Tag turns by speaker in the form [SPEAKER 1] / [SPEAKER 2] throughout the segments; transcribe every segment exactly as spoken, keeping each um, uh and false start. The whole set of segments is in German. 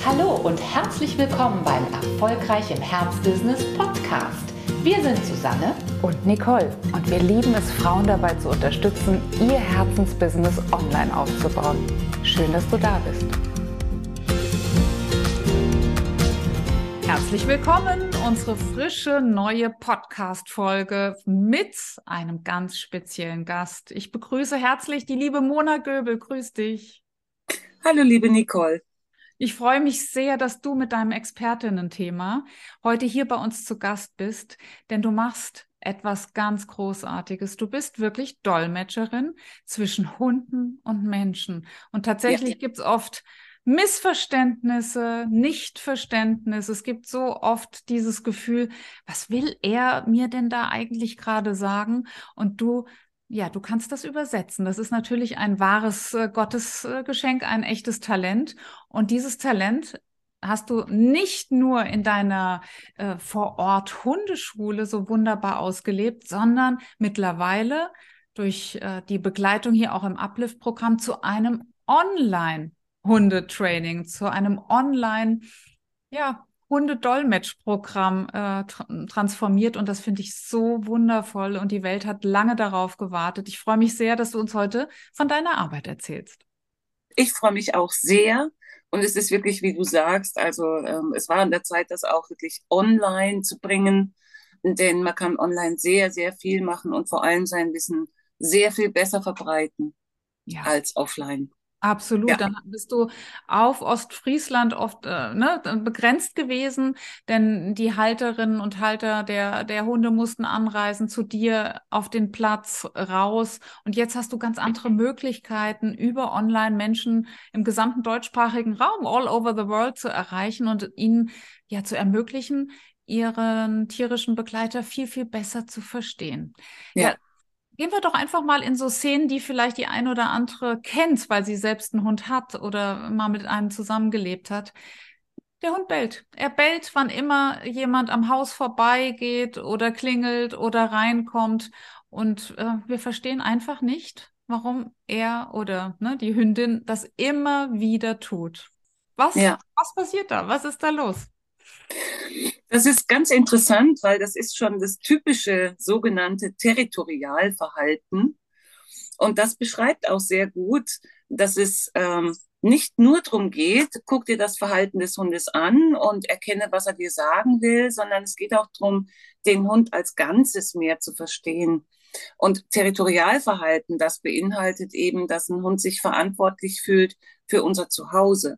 [SPEAKER 1] Hallo und herzlich willkommen beim Erfolgreich im Herzbusiness Podcast. Wir sind Susanne
[SPEAKER 2] und Nicole und wir lieben es, Frauen dabei zu unterstützen, ihr Herzensbusiness online aufzubauen. Schön, dass du da bist. Herzlich willkommen, unsere frische neue Podcast-Folge mit einem ganz speziellen Gast. Ich begrüße herzlich die liebe Mona Göbel. Grüß dich.
[SPEAKER 3] Hallo, liebe Nicole.
[SPEAKER 2] Ich freue mich sehr, dass du mit deinem Expertinnen-Thema heute hier bei uns zu Gast bist, denn du machst etwas ganz Großartiges. Du bist wirklich Dolmetscherin zwischen Hunden und Menschen. Und tatsächlich ja. gibt es oft Missverständnisse, Nichtverständnis. Es gibt so oft dieses Gefühl, was will er mir denn da eigentlich gerade sagen? Und du Ja, du kannst das übersetzen. Das ist natürlich ein wahres äh, Gottesgeschenk, ein echtes Talent. Und dieses Talent hast du nicht nur in deiner äh, Vor-Ort-Hundeschule so wunderbar ausgelebt, sondern mittlerweile durch äh, die Begleitung hier auch im Uplift-Programm zu einem Online-Hundetraining, zu einem Online, ja, Hundedolmetschprogramm äh, tra- transformiert und das finde ich so wundervoll und die Welt hat lange darauf gewartet. Ich freue mich sehr, dass du uns heute von deiner Arbeit erzählst.
[SPEAKER 3] Ich freue mich auch sehr und es ist wirklich, wie du sagst, also ähm, es war an der Zeit, das auch wirklich online zu bringen, denn man kann online sehr, sehr viel machen und vor allem sein Wissen sehr viel besser verbreiten
[SPEAKER 2] Ja.
[SPEAKER 3] als offline.
[SPEAKER 2] Absolut.
[SPEAKER 3] Ja.
[SPEAKER 2] Dann bist du auf Ostfriesland oft äh, ne, begrenzt gewesen, denn die Halterinnen und Halter der, der Hunde mussten anreisen zu dir auf den Platz raus. Und jetzt hast du ganz andere Möglichkeiten, über online Menschen im gesamten deutschsprachigen Raum, all over the world, zu erreichen und ihnen ja zu ermöglichen, ihren tierischen Begleiter viel, viel besser zu verstehen.
[SPEAKER 3] Ja.
[SPEAKER 2] Ja. Gehen wir doch einfach mal in so Szenen, die vielleicht die ein oder andere kennt, weil sie selbst einen Hund hat oder mal mit einem zusammengelebt hat. Der Hund bellt. Er bellt, wann immer jemand am Haus vorbeigeht oder klingelt oder reinkommt. Und äh, wir verstehen einfach nicht, warum er oder ne, die Hündin das immer wieder tut. Was,
[SPEAKER 3] Ja.
[SPEAKER 2] was passiert da? Was ist da los?
[SPEAKER 3] Das ist ganz interessant, weil das ist schon das typische sogenannte Territorialverhalten. Und das beschreibt auch sehr gut, dass es ähm, nicht nur darum geht, guck dir das Verhalten des Hundes an und erkenne, was er dir sagen will, sondern es geht auch darum, den Hund als Ganzes mehr zu verstehen. Und Territorialverhalten, das beinhaltet eben, dass ein Hund sich verantwortlich fühlt für unser Zuhause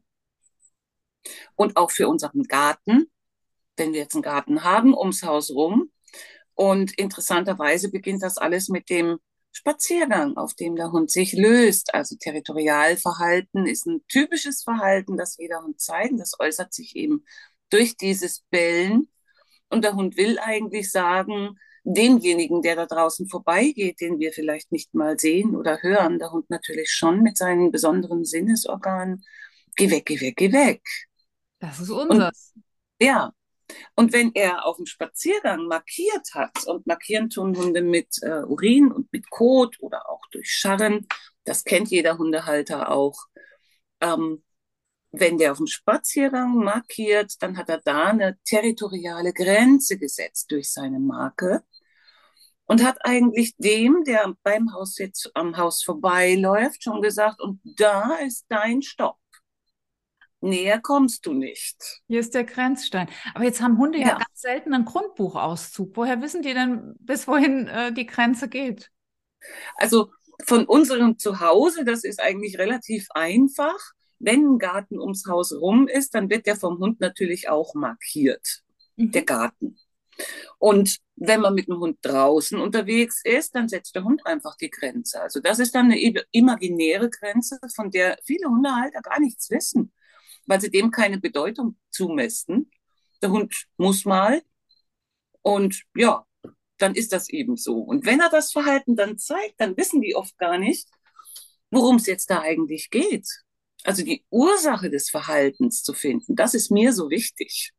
[SPEAKER 3] und auch für unseren Garten, wenn wir jetzt einen Garten haben, ums Haus rum. Und interessanterweise beginnt das alles mit dem Spaziergang, auf dem der Hund sich löst. Also Territorialverhalten ist ein typisches Verhalten, das jeder Hund zeigt. Das äußert sich eben durch dieses Bellen. Und der Hund will eigentlich sagen, demjenigen, der da draußen vorbeigeht, den wir vielleicht nicht mal sehen oder hören, der Hund natürlich schon mit seinen besonderen Sinnesorganen, geh weg, geh weg, geh weg.
[SPEAKER 2] Das ist unseres.
[SPEAKER 3] Und, ja, und wenn er auf dem Spaziergang markiert hat, und markieren tun Hunde mit äh, Urin und mit Kot oder auch durch Scharren, das kennt jeder Hundehalter auch, ähm, wenn der auf dem Spaziergang markiert, dann hat er da eine territoriale Grenze gesetzt durch seine Marke und hat eigentlich dem, der beim Haus jetzt am Haus vorbeiläuft, schon gesagt, und da ist dein Stopp. Näher kommst du nicht.
[SPEAKER 2] Hier ist der Grenzstein. Aber jetzt haben Hunde ja,
[SPEAKER 3] Ja.
[SPEAKER 2] ganz selten einen Grundbuchauszug. Woher wissen die denn, bis wohin äh, die Grenze geht?
[SPEAKER 3] Also von unserem Zuhause, das ist eigentlich relativ einfach. Wenn ein Garten ums Haus rum ist, dann wird der vom Hund natürlich auch markiert,
[SPEAKER 2] Mhm.
[SPEAKER 3] der Garten. Und wenn man mit dem Hund draußen unterwegs ist, dann setzt der Hund einfach die Grenze. Also das ist dann eine imaginäre Grenze, von der viele Hundehalter gar nichts wissen, weil sie dem keine Bedeutung zumessen. Der Hund muss mal und ja, dann ist das eben so. Und wenn er das Verhalten dann zeigt, dann wissen die oft gar nicht, worum es jetzt da eigentlich geht. Also die Ursache des Verhaltens zu finden, das ist mir so wichtig.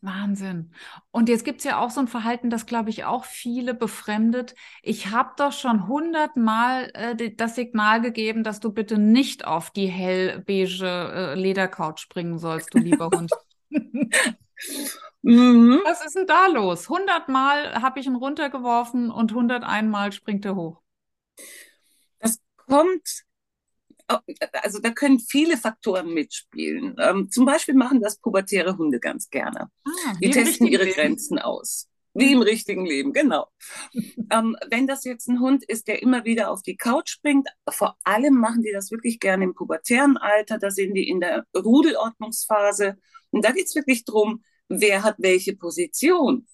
[SPEAKER 2] Wahnsinn. Und jetzt gibt es ja auch so ein Verhalten, das, glaube ich, auch viele befremdet. Ich habe doch schon hundertmal äh, die- das Signal gegeben, dass du bitte nicht auf die hellbeige äh, Ledercouch springen sollst, du lieber Hund.
[SPEAKER 3] Mhm.
[SPEAKER 2] Was ist denn da los? Hundertmal habe ich ihn runtergeworfen und hunderteinmal springt er hoch.
[SPEAKER 3] Das kommt, also da können viele Faktoren mitspielen. Ähm, zum Beispiel machen das pubertäre Hunde ganz gerne.
[SPEAKER 2] Ah,
[SPEAKER 3] Die
[SPEAKER 2] wie im
[SPEAKER 3] testen
[SPEAKER 2] richtigen
[SPEAKER 3] ihre
[SPEAKER 2] Leben.
[SPEAKER 3] Grenzen aus. Wie
[SPEAKER 2] Mhm.
[SPEAKER 3] im richtigen Leben, genau. Ähm, wenn das jetzt ein Hund ist, der immer wieder auf die Couch springt, vor allem machen die das wirklich gerne im pubertären Alter, da sind die in der Rudelordnungsphase. Und da geht es wirklich drum, wer hat welche Position.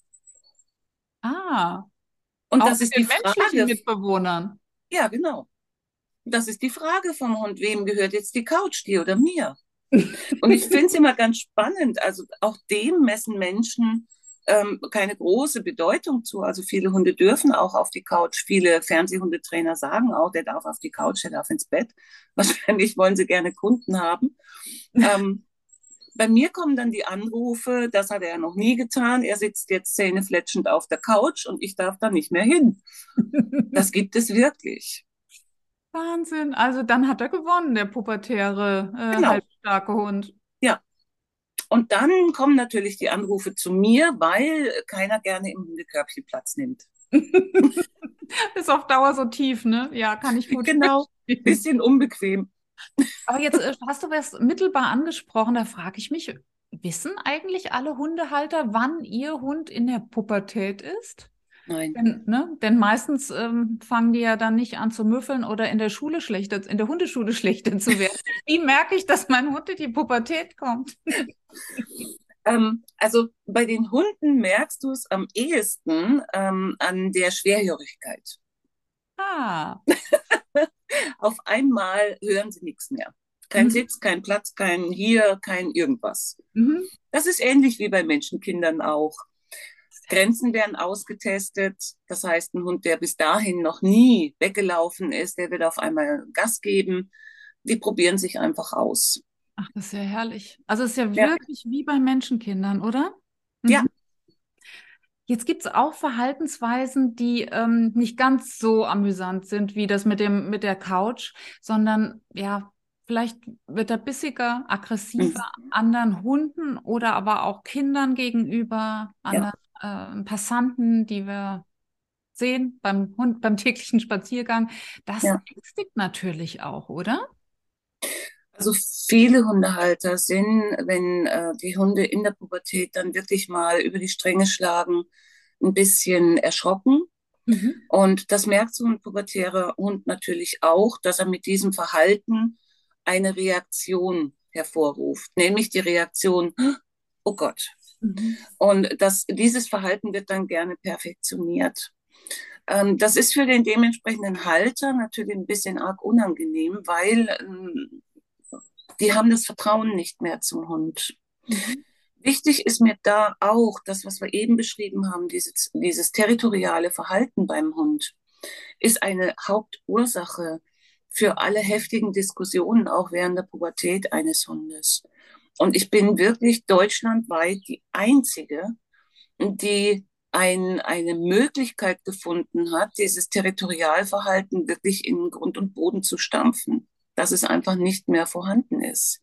[SPEAKER 2] Ah,
[SPEAKER 3] Und
[SPEAKER 2] auch
[SPEAKER 3] das
[SPEAKER 2] mit
[SPEAKER 3] ist
[SPEAKER 2] den
[SPEAKER 3] die
[SPEAKER 2] menschlichen
[SPEAKER 3] Frage,
[SPEAKER 2] Mitbewohnern.
[SPEAKER 3] ja, genau. Das ist die Frage vom Hund, wem gehört jetzt die Couch, dir oder mir? Und ich finde es immer ganz spannend. Also auch dem messen Menschen ähm, keine große Bedeutung zu. Also viele Hunde dürfen auch auf die Couch. Viele Fernsehhundetrainer sagen auch, der darf auf die Couch, der darf ins Bett. Wahrscheinlich wollen sie gerne Kunden haben. Ähm, bei mir kommen dann die Anrufe, das hat er ja noch nie getan. Er sitzt jetzt zähnefletschend auf der Couch und ich darf da nicht mehr hin. Das gibt es wirklich.
[SPEAKER 2] Wahnsinn. Also dann hat er gewonnen, der pubertäre, äh,
[SPEAKER 3] Genau.
[SPEAKER 2] halbstarke Hund.
[SPEAKER 3] Ja. Und dann kommen natürlich die Anrufe zu mir, weil keiner gerne im Hundekörbchen Platz nimmt.
[SPEAKER 2] Ist auf Dauer so tief, ne? Ja, kann ich gut
[SPEAKER 3] Genau,
[SPEAKER 2] verstehen.
[SPEAKER 3] bisschen unbequem.
[SPEAKER 2] Aber jetzt äh, hast du was mittelbar angesprochen, da frage ich mich, wissen eigentlich alle Hundehalter, wann ihr Hund in der Pubertät ist?
[SPEAKER 3] Nein.
[SPEAKER 2] Denn, ne? Denn meistens ähm, fangen die ja dann nicht an zu müffeln oder in der Schule schlechter, in der Hundeschule schlechter zu werden. Wie merke ich, dass mein Hund in die Pubertät kommt?
[SPEAKER 3] Ähm, also bei den Hunden merkst du es am ehesten ähm, an der Schwerhörigkeit.
[SPEAKER 2] Ah.
[SPEAKER 3] Auf einmal hören sie nichts mehr. Kein
[SPEAKER 2] Mhm.
[SPEAKER 3] Sitz, kein Platz, kein hier, kein irgendwas.
[SPEAKER 2] Mhm.
[SPEAKER 3] Das ist ähnlich wie bei Menschenkindern auch. Grenzen werden ausgetestet. Das heißt, ein Hund, der bis dahin noch nie weggelaufen ist, der wird auf einmal Gas geben. Die probieren sich einfach aus.
[SPEAKER 2] Ach, das ist ja herrlich. Also es ist ja
[SPEAKER 3] Ja,
[SPEAKER 2] wirklich wie bei Menschenkindern, oder?
[SPEAKER 3] ja.
[SPEAKER 2] Mhm. Jetzt gibt es auch Verhaltensweisen, die ähm, nicht ganz so amüsant sind wie das mit dem, mit der Couch, sondern ja, vielleicht wird er bissiger, aggressiver
[SPEAKER 3] Mhm.
[SPEAKER 2] anderen Hunden oder aber auch Kindern gegenüber,
[SPEAKER 3] Ja.
[SPEAKER 2] anderen äh, Passanten, die wir sehen beim Hund, beim täglichen Spaziergang. Das
[SPEAKER 3] Ja.
[SPEAKER 2] ängstigt natürlich auch, oder?
[SPEAKER 3] Also viele Hundehalter sind, wenn äh, die Hunde in der Pubertät dann wirklich mal über die Stränge schlagen, ein bisschen erschrocken.
[SPEAKER 2] Mhm.
[SPEAKER 3] Und das merkt so ein pubertärer Hund natürlich auch, dass er mit diesem Verhalten eine Reaktion hervorruft, nämlich die Reaktion, oh Gott.
[SPEAKER 2] Mhm.
[SPEAKER 3] Und das, dieses Verhalten wird dann gerne perfektioniert. Ähm, das ist für den dementsprechenden Halter natürlich ein bisschen arg unangenehm, weil ähm, die haben das Vertrauen nicht mehr zum Hund.
[SPEAKER 2] Mhm.
[SPEAKER 3] Wichtig ist mir da auch das, was wir eben beschrieben haben, dieses, dieses territoriale Verhalten beim Hund, ist eine Hauptursache für alle heftigen Diskussionen auch während der Pubertät eines Hundes. Und ich bin wirklich deutschlandweit die Einzige, die ein, eine Möglichkeit gefunden hat, dieses Territorialverhalten wirklich in Grund und Boden zu stampfen, dass es einfach nicht mehr vorhanden ist.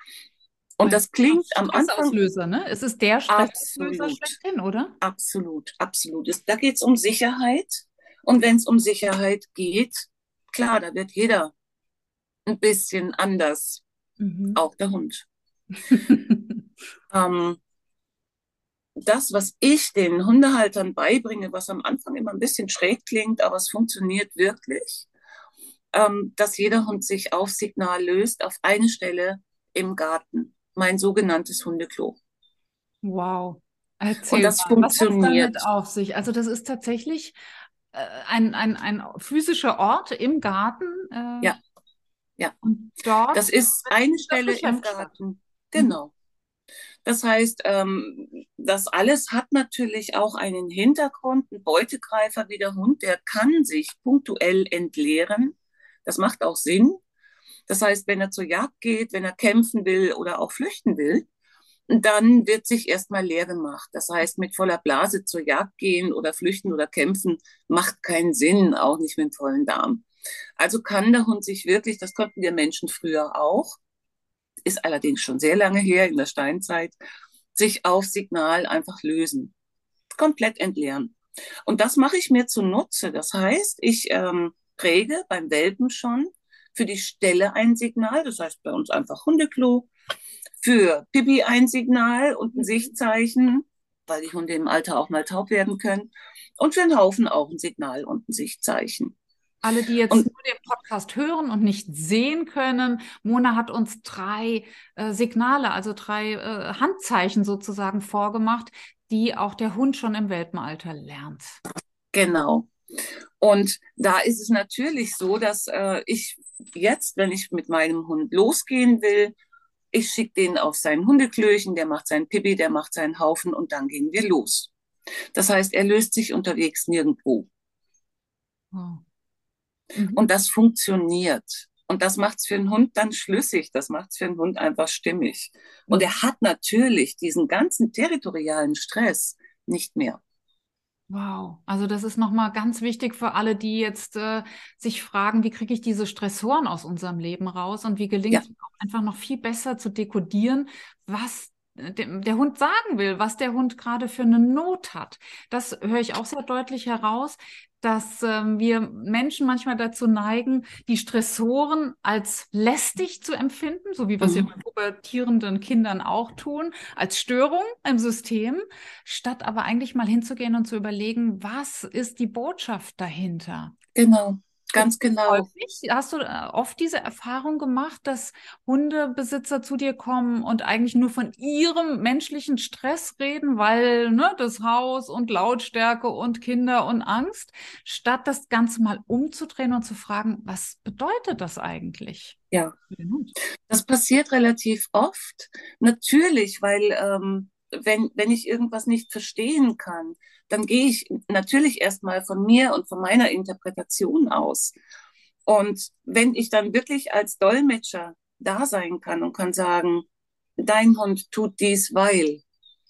[SPEAKER 3] Und
[SPEAKER 2] Ein
[SPEAKER 3] das klingt am Anfang
[SPEAKER 2] Stressauslöser, ne? Es ist der Stressauslöser
[SPEAKER 3] absolut,
[SPEAKER 2] schlechthin, oder?
[SPEAKER 3] absolut, absolut. Da geht es um Sicherheit. Und wenn es um Sicherheit geht, klar, da wird jeder ein bisschen anders,
[SPEAKER 2] Mhm.
[SPEAKER 3] auch der Hund. Ähm, das, was ich den Hundehaltern beibringe, was am Anfang immer ein bisschen schräg klingt, aber es funktioniert wirklich, ähm, dass jeder Hund sich auf Signal löst auf eine Stelle im Garten, mein sogenanntes Hundeklo.
[SPEAKER 2] Wow.
[SPEAKER 3] Und
[SPEAKER 2] Erzähl
[SPEAKER 3] das
[SPEAKER 2] mal, was hat es damit
[SPEAKER 3] funktioniert.
[SPEAKER 2] auf sich? Also das ist tatsächlich äh, ein, ein, ein physischer Ort im Garten äh,
[SPEAKER 3] Ja, ja.
[SPEAKER 2] und dort
[SPEAKER 3] Das ist
[SPEAKER 2] wird
[SPEAKER 3] eine
[SPEAKER 2] dieser
[SPEAKER 3] Stelle im
[SPEAKER 2] Frischheft statt.
[SPEAKER 3] Garten.
[SPEAKER 2] Mhm.
[SPEAKER 3] Genau. Das heißt, ähm, das alles hat natürlich auch einen Hintergrund. Ein Beutegreifer wie der Hund, der kann sich punktuell entleeren. Das macht auch Sinn. Das heißt, wenn er zur Jagd geht, wenn er kämpfen will oder auch flüchten will, dann wird sich erstmal leer gemacht. Das heißt, mit voller Blase zur Jagd gehen oder flüchten oder kämpfen macht keinen Sinn, auch nicht mit dem vollen Darm. Also kann der Hund sich wirklich, das konnten wir Menschen früher auch, ist allerdings schon sehr lange her in der Steinzeit, sich auf Signal einfach lösen, komplett entleeren. Und das mache ich mir zunutze. Das heißt, ich ähm, präge beim Welpen schon für die Stelle ein Signal, das heißt bei uns einfach Hundeklo, für Pipi ein Signal und ein Sichtzeichen, weil die Hunde im Alter auch mal taub werden können, und für den Haufen auch ein Signal und ein Sichtzeichen.
[SPEAKER 2] Alle, die jetzt
[SPEAKER 3] Und
[SPEAKER 2] nur den Podcast hören und nicht sehen können, Mona hat uns drei äh, Signale, also drei äh, Handzeichen sozusagen vorgemacht, die auch der Hund schon im Welpenalter lernt.
[SPEAKER 3] genau. Und da ist es natürlich so, dass äh, ich jetzt, wenn ich mit meinem Hund losgehen will, ich schicke den auf sein Hundeklöchen, der macht sein Pipi, der macht seinen Haufen und dann gehen wir los. Das heißt, er löst sich unterwegs nirgendwo.
[SPEAKER 2] Wow. Mhm.
[SPEAKER 3] Und das funktioniert. Und das macht es für einen Hund dann schlüssig. Das macht es für einen Hund einfach stimmig. Und
[SPEAKER 2] Mhm.
[SPEAKER 3] er hat natürlich diesen ganzen territorialen Stress nicht mehr.
[SPEAKER 2] Wow, also das ist nochmal ganz wichtig für alle, die jetzt äh, sich fragen, wie kriege ich diese Stressoren aus unserem Leben raus und wie gelingt
[SPEAKER 3] Ja.
[SPEAKER 2] es auch einfach noch viel besser zu dekodieren, was der, der Hund sagen will, was der Hund gerade für eine Not hat. Das höre ich auch sehr deutlich heraus, dass ähm, wir Menschen manchmal dazu neigen, die Stressoren als lästig zu empfinden, so wie wir es ja
[SPEAKER 3] Mhm.
[SPEAKER 2] bei pubertierenden Kindern auch tun, als Störung im System, statt aber eigentlich mal hinzugehen und zu überlegen, was ist die Botschaft dahinter?
[SPEAKER 3] Genau, ganz
[SPEAKER 2] Gibt's das
[SPEAKER 3] genau.
[SPEAKER 2] häufig? Hast du äh, oft diese Erfahrung gemacht, dass Hundebesitzer zu dir kommen und eigentlich nur von ihrem menschlichen Stress reden, weil ne, das Haus und Lautstärke und Kinder und Angst, statt das Ganze mal umzudrehen und zu fragen, was bedeutet das eigentlich
[SPEAKER 3] Ja,
[SPEAKER 2] für den Hund?
[SPEAKER 3] das passiert relativ oft. Natürlich, weil ähm, wenn, wenn ich irgendwas nicht verstehen kann, dann gehe ich natürlich erstmal von mir und von meiner Interpretation aus. Und wenn ich dann wirklich als Dolmetscher da sein kann und kann sagen, dein Hund tut dies, weil,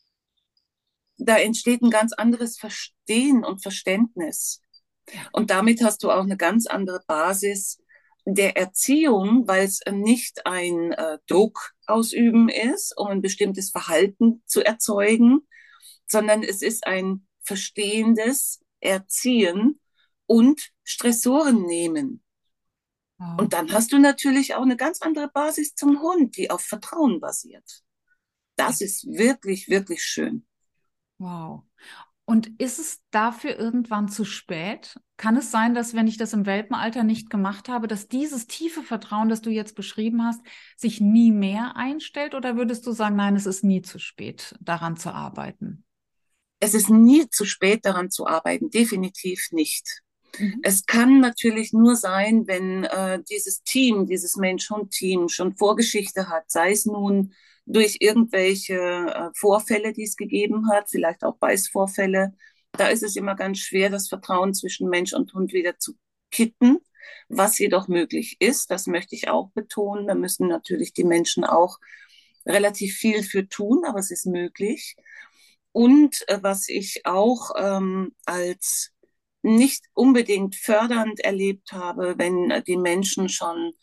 [SPEAKER 3] da entsteht ein ganz anderes Verstehen und Verständnis. Und damit hast du auch eine ganz andere Basis der Erziehung, weil es nicht ein äh, Druck ausüben ist, um ein bestimmtes Verhalten zu erzeugen, sondern es ist ein verstehendes Erziehen und Stressoren nehmen.
[SPEAKER 2] Wow.
[SPEAKER 3] Und dann hast du natürlich auch eine ganz andere Basis zum Hund, die auf Vertrauen basiert. Das ist wirklich, wirklich schön.
[SPEAKER 2] Wow. Und ist es dafür irgendwann zu spät? Kann es sein, dass wenn ich das im Welpenalter nicht gemacht habe, dass dieses tiefe Vertrauen, das du jetzt beschrieben hast, sich nie mehr einstellt? Oder würdest du sagen, nein, es ist nie zu spät, daran zu arbeiten?
[SPEAKER 3] Es ist nie zu spät, daran zu arbeiten, definitiv nicht.
[SPEAKER 2] Mhm.
[SPEAKER 3] Es kann natürlich nur sein, wenn äh, dieses Team, dieses Mensch-Hund-Team schon Vorgeschichte hat, sei es nun durch irgendwelche äh, Vorfälle, die es gegeben hat, vielleicht auch Beißvorfälle. Da ist es immer ganz schwer, das Vertrauen zwischen Mensch und Hund wieder zu kitten, was jedoch möglich ist. Das möchte ich auch betonen. Da müssen natürlich die Menschen auch relativ viel für tun, aber es ist möglich. Und äh, was ich auch ähm, als nicht unbedingt fördernd erlebt habe, wenn die Menschen schon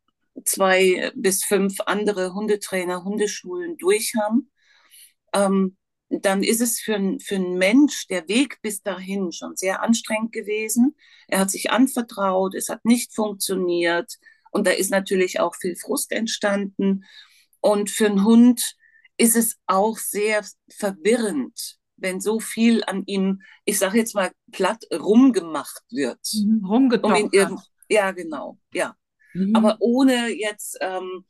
[SPEAKER 3] zwei bis fünf andere Hundetrainer, Hundeschulen durch haben, ähm, dann ist es für, für einen Mensch der Weg bis dahin schon sehr anstrengend gewesen. Er hat sich anvertraut, es hat nicht funktioniert und da ist natürlich auch viel Frust entstanden. Und für einen Hund ist es auch sehr verwirrend, wenn so viel an ihm, ich sage jetzt mal platt, rumgemacht wird.
[SPEAKER 2] Mhm.
[SPEAKER 3] Um ihn
[SPEAKER 2] Rumgedoktert.
[SPEAKER 3] irgend, ja, genau, ja. Aber
[SPEAKER 2] Mhm.
[SPEAKER 3] ohne jetzt ähm,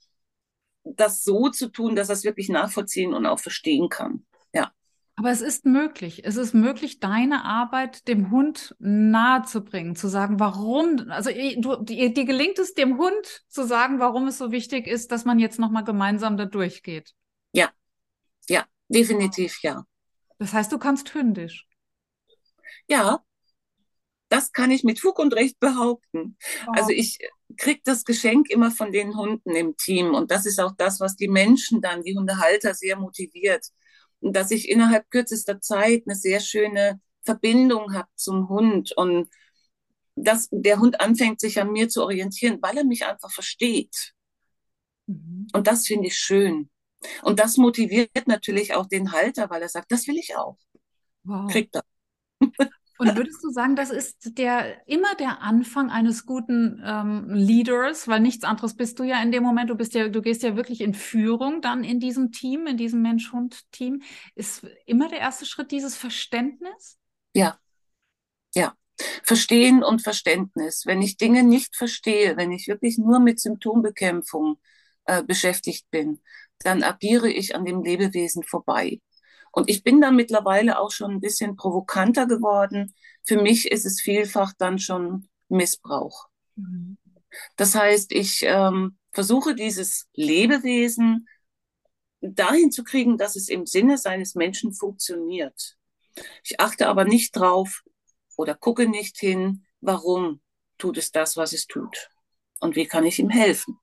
[SPEAKER 3] das so zu tun, dass er es wirklich nachvollziehen und auch verstehen kann. Ja,
[SPEAKER 2] Aber es ist möglich. Es ist möglich, deine Arbeit dem Hund nahezubringen, zu sagen, warum, also eh, du, dir, dir gelingt es dem Hund zu sagen, warum es so wichtig ist, dass man jetzt nochmal gemeinsam da durchgeht.
[SPEAKER 3] ja, ja, definitiv ja.
[SPEAKER 2] Das heißt, du kannst hündisch.
[SPEAKER 3] Ja, Das kann ich mit Fug und Recht behaupten.
[SPEAKER 2] Oh.
[SPEAKER 3] Also ich kriege das Geschenk immer von den Hunden im Team. Und das ist auch das, was die Menschen dann, die Hundehalter, sehr motiviert. Und dass ich innerhalb kürzester Zeit eine sehr schöne Verbindung habe zum Hund. Und dass der Hund anfängt, sich an mir zu orientieren, weil er mich einfach versteht.
[SPEAKER 2] Mhm.
[SPEAKER 3] Und das finde ich schön. Und das motiviert natürlich auch den Halter, weil er sagt, das will ich auch.
[SPEAKER 2] Wow.
[SPEAKER 3] Kriegt er.
[SPEAKER 2] Und würdest du sagen, das ist der immer der Anfang eines guten ähm, Leaders, weil nichts anderes bist du ja in dem Moment, du bist ja, du gehst ja wirklich in Führung dann in diesem Team, in diesem Mensch-Hund-Team. Ist immer der erste Schritt dieses Verständnis?
[SPEAKER 3] Ja, ja. Verstehen und Verständnis. Wenn ich Dinge nicht verstehe, wenn ich wirklich nur mit Symptombekämpfung äh, beschäftigt bin, dann agiere ich an dem Lebewesen vorbei. Und ich bin da mittlerweile auch schon ein bisschen provokanter geworden. Für mich ist es vielfach dann schon Missbrauch.
[SPEAKER 2] Mhm.
[SPEAKER 3] Das heißt, ich ähm, versuche dieses Lebewesen dahin zu kriegen, dass es im Sinne seines Menschen funktioniert. Ich achte aber nicht drauf oder gucke nicht hin, warum tut es das, was es tut. Und wie kann ich ihm helfen?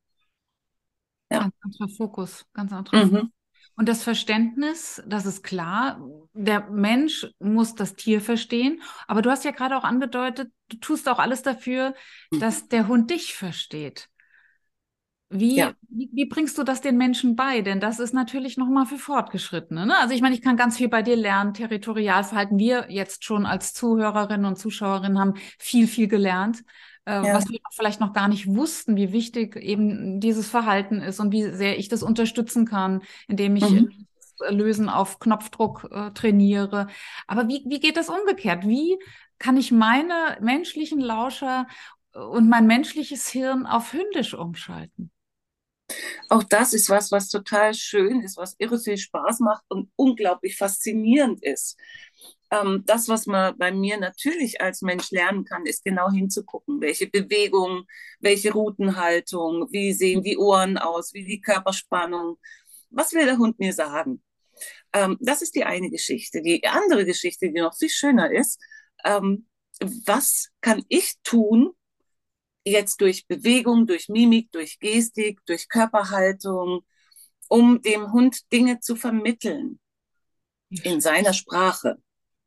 [SPEAKER 3] Ja.
[SPEAKER 2] Ganz anderer Fokus, ganz anderer Fokus.
[SPEAKER 3] Mhm.
[SPEAKER 2] Und das Verständnis, das ist klar, der Mensch muss das Tier verstehen, aber du hast ja gerade auch angedeutet, du tust auch alles dafür, dass der Hund dich versteht. Wie,
[SPEAKER 3] Ja.
[SPEAKER 2] wie, wie bringst du das den Menschen bei? Denn das ist natürlich nochmal für Fortgeschrittene, ne? Also ich meine, ich kann ganz viel bei dir lernen, Territorialverhalten. Wir jetzt schon als Zuhörerinnen und Zuschauerinnen haben viel, viel gelernt, äh,
[SPEAKER 3] Ja.
[SPEAKER 2] was wir vielleicht noch gar nicht wussten, wie wichtig eben dieses Verhalten ist und wie sehr ich das unterstützen kann, indem ich
[SPEAKER 3] Mhm.
[SPEAKER 2] äh, Lösen auf Knopfdruck äh, trainiere. Aber wie, wie geht das umgekehrt? Wie kann ich meine menschlichen Lauscher und mein menschliches Hirn auf hündisch umschalten?
[SPEAKER 3] Auch das ist was, was total schön ist, was irre viel Spaß macht und unglaublich faszinierend ist. Ähm, das, was man bei mir natürlich als Mensch lernen kann, ist genau hinzugucken, welche Bewegung, welche Routenhaltung, wie sehen die Ohren aus, wie die Körperspannung, was will der Hund mir sagen? Ähm, das ist die eine Geschichte. Die andere Geschichte, die noch viel schöner ist, ähm, was kann ich tun, jetzt durch Bewegung, durch Mimik, durch Gestik, durch Körperhaltung, um dem Hund Dinge zu vermitteln in seiner Sprache.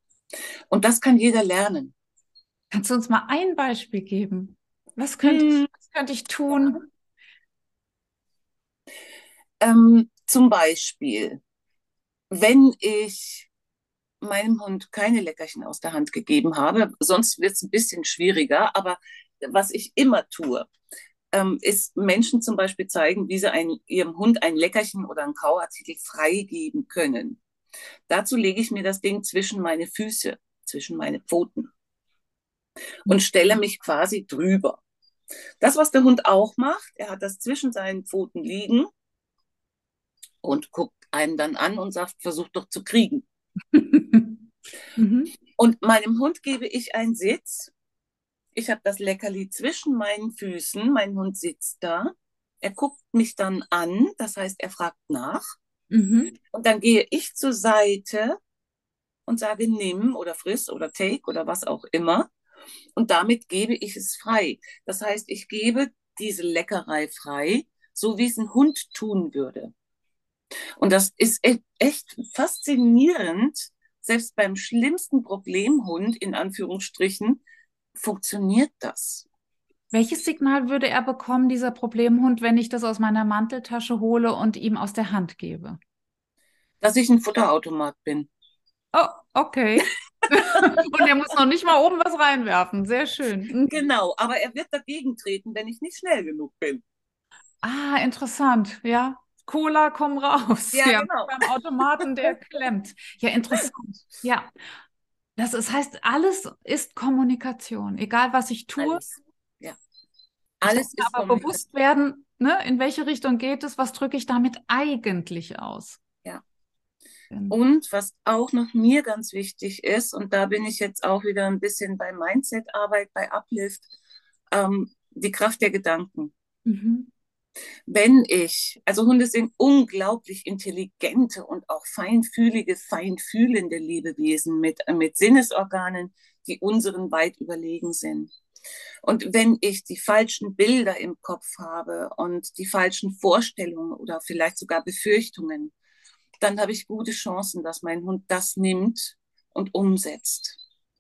[SPEAKER 3] Und das kann jeder lernen.
[SPEAKER 2] Kannst du uns mal ein Beispiel geben? Was könnte
[SPEAKER 3] Hm,
[SPEAKER 2] ich, was könnte ich tun?
[SPEAKER 3] ähm, zum Beispiel, wenn ich meinem Hund keine Leckerchen aus der Hand gegeben habe, sonst wird es ein bisschen schwieriger, aber was ich immer tue, ähm, ist Menschen zum Beispiel zeigen, wie sie ein, ihrem Hund ein Leckerchen oder einen Kauartikel freigeben können. Dazu lege ich mir das Ding zwischen meine Füße, zwischen meine Pfoten und stelle mich quasi drüber. Das, was der Hund auch macht, er hat das zwischen seinen Pfoten liegen und guckt einen dann an und sagt, versucht doch zu kriegen.
[SPEAKER 2] Mhm.
[SPEAKER 3] Und meinem Hund gebe ich einen Sitz. Ich habe das Leckerli zwischen meinen Füßen. Mein Hund sitzt da. Er guckt mich dann an. Das heißt, er fragt nach.
[SPEAKER 2] Mhm.
[SPEAKER 3] Und dann gehe ich zur Seite und sage, nimm oder friss oder take oder was auch immer. Und damit gebe ich es frei. Das heißt, ich gebe diese Leckerei frei, so wie es ein Hund tun würde. Und das ist e- echt faszinierend. Selbst beim schlimmsten Problemhund, in Anführungsstrichen, funktioniert das.
[SPEAKER 2] Welches Signal würde er bekommen, dieser Problemhund, wenn ich das aus meiner Manteltasche hole und ihm aus der Hand gebe?
[SPEAKER 3] Dass ich ein Futterautomat bin.
[SPEAKER 2] Oh, okay. Und er muss noch nicht mal oben was reinwerfen. Sehr schön. Mhm.
[SPEAKER 3] Genau, aber er wird dagegen treten, wenn ich nicht schnell genug bin.
[SPEAKER 2] Ah, interessant. Ja. Cola, komm raus.
[SPEAKER 3] Ja,
[SPEAKER 2] Ja,
[SPEAKER 3] genau.
[SPEAKER 2] beim Automaten, der klemmt. Ja, interessant. Ja, das ist, heißt, alles ist Kommunikation. Egal, was ich tue.
[SPEAKER 3] Alles. Ja.
[SPEAKER 2] Ich darf
[SPEAKER 3] Alles
[SPEAKER 2] mir
[SPEAKER 3] ist
[SPEAKER 2] aber
[SPEAKER 3] Kommunikation.
[SPEAKER 2] bewusst werden, ne, in welche Richtung geht es, was drücke ich damit eigentlich aus?
[SPEAKER 3] Ja.
[SPEAKER 2] Ähm,
[SPEAKER 3] Und was auch noch mir ganz wichtig ist, und da bin ich jetzt auch wieder ein bisschen bei Mindset-Arbeit, bei Uplift, ähm, die Kraft der Gedanken.
[SPEAKER 2] Mhm.
[SPEAKER 3] Wenn ich, also Hunde sind unglaublich intelligente und auch feinfühlige, feinfühlende Lebewesen mit, mit Sinnesorganen, die unseren weit überlegen sind. Und wenn ich die falschen Bilder im Kopf habe und die falschen Vorstellungen oder vielleicht sogar Befürchtungen, dann habe ich gute Chancen, dass mein Hund das nimmt und umsetzt.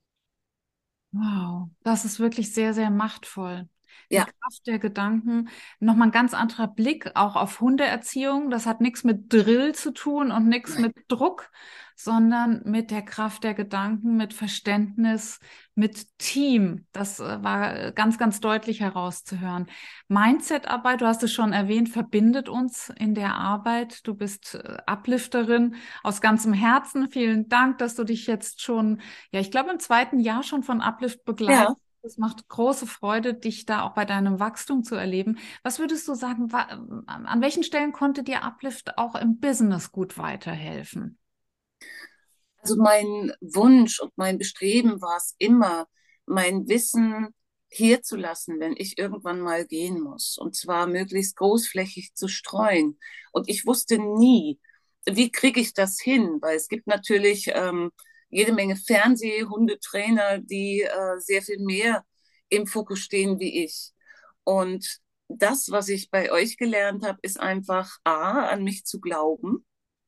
[SPEAKER 2] Wow, das ist wirklich sehr, sehr machtvoll. Die
[SPEAKER 3] Ja.
[SPEAKER 2] Kraft der Gedanken, nochmal ein ganz anderer Blick auch auf Hundeerziehung. Das hat nichts mit Drill zu tun und nichts
[SPEAKER 3] Nein.
[SPEAKER 2] mit Druck, sondern mit der Kraft der Gedanken, mit Verständnis, mit Team. Das äh, war ganz, ganz deutlich herauszuhören. Mindset-Arbeit, du hast es schon erwähnt, verbindet uns in der Arbeit. Du bist äh, Uplifterin aus ganzem Herzen. Vielen Dank, dass du dich jetzt schon, ja, ich glaube im zweiten Jahr schon von Uplift begleitest.
[SPEAKER 3] Ja.
[SPEAKER 2] Es macht große Freude, dich da auch bei deinem Wachstum zu erleben. Was würdest du sagen, wa- an welchen Stellen konnte dir Uplift auch im Business gut weiterhelfen?
[SPEAKER 3] Also mein Wunsch und mein Bestreben war es immer, mein Wissen hier zu lassen, wenn ich irgendwann mal gehen muss. Und zwar möglichst großflächig zu streuen. Und ich wusste nie, wie kriege ich das hin? Weil es gibt natürlich ähm, jede Menge Fernsehhundetrainer, die äh, sehr viel mehr im Fokus stehen wie ich. Und das, was ich bei euch gelernt habe, ist einfach A, an mich zu glauben.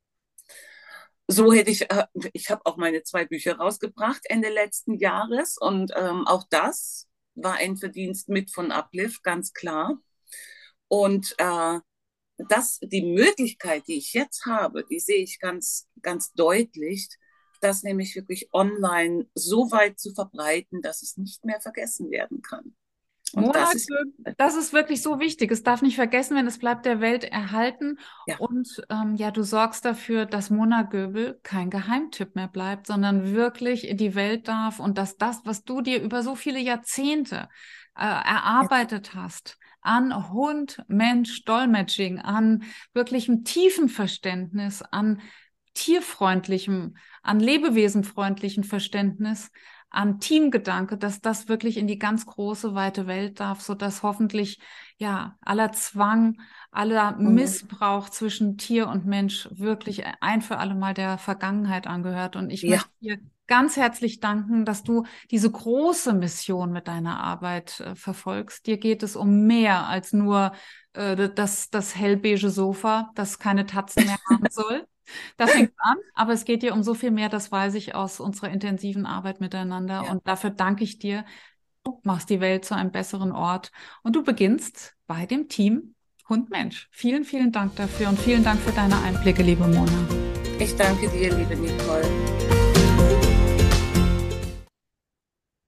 [SPEAKER 3] So hätte ich, äh, ich habe auch meine zwei Bücher rausgebracht Ende letzten Jahres und ähm, auch das war ein Verdienst mit von Uplift, ganz klar. Und äh, das, die Möglichkeit, die ich jetzt habe, die sehe ich ganz, ganz deutlich, das nämlich wirklich online so weit zu verbreiten, dass es nicht mehr vergessen werden kann. Und
[SPEAKER 2] Mona,
[SPEAKER 3] das ist,
[SPEAKER 2] das ist wirklich so wichtig. Es darf nicht vergessen werden, es bleibt der Welt erhalten.
[SPEAKER 3] ja,
[SPEAKER 2] Und ähm, ja, du sorgst dafür, dass Mona Göbel kein Geheimtipp mehr bleibt, sondern wirklich in die Welt darf und dass das, was du dir über so viele Jahrzehnte äh, erarbeitet hast, an Hund, Mensch, Dolmetsching, an wirklichem tiefen Verständnis, an tierfreundlichem, an lebewesenfreundlichem Verständnis, an Teamgedanke, dass das wirklich in die ganz große, weite Welt darf, sodass hoffentlich ja aller Zwang, aller Missbrauch zwischen Tier und Mensch wirklich ein für alle Mal der Vergangenheit angehört. Und ich
[SPEAKER 3] ja,
[SPEAKER 2] möchte dir ganz herzlich danken, dass du diese große Mission mit deiner Arbeit äh, verfolgst. Dir geht es um mehr als nur äh, das, das hellbeige Sofa, das keine Tatzen mehr haben soll. Da fängt es an, aber es geht dir um so viel mehr, das weiß ich aus unserer intensiven Arbeit miteinander.
[SPEAKER 3] ja.
[SPEAKER 2] Und dafür danke ich dir. Du machst die Welt zu einem besseren Ort und du beginnst bei dem Team Hund-Mensch. Vielen, vielen Dank dafür und vielen Dank für deine Einblicke, liebe Mona.
[SPEAKER 3] Ich danke dir, liebe Nicole.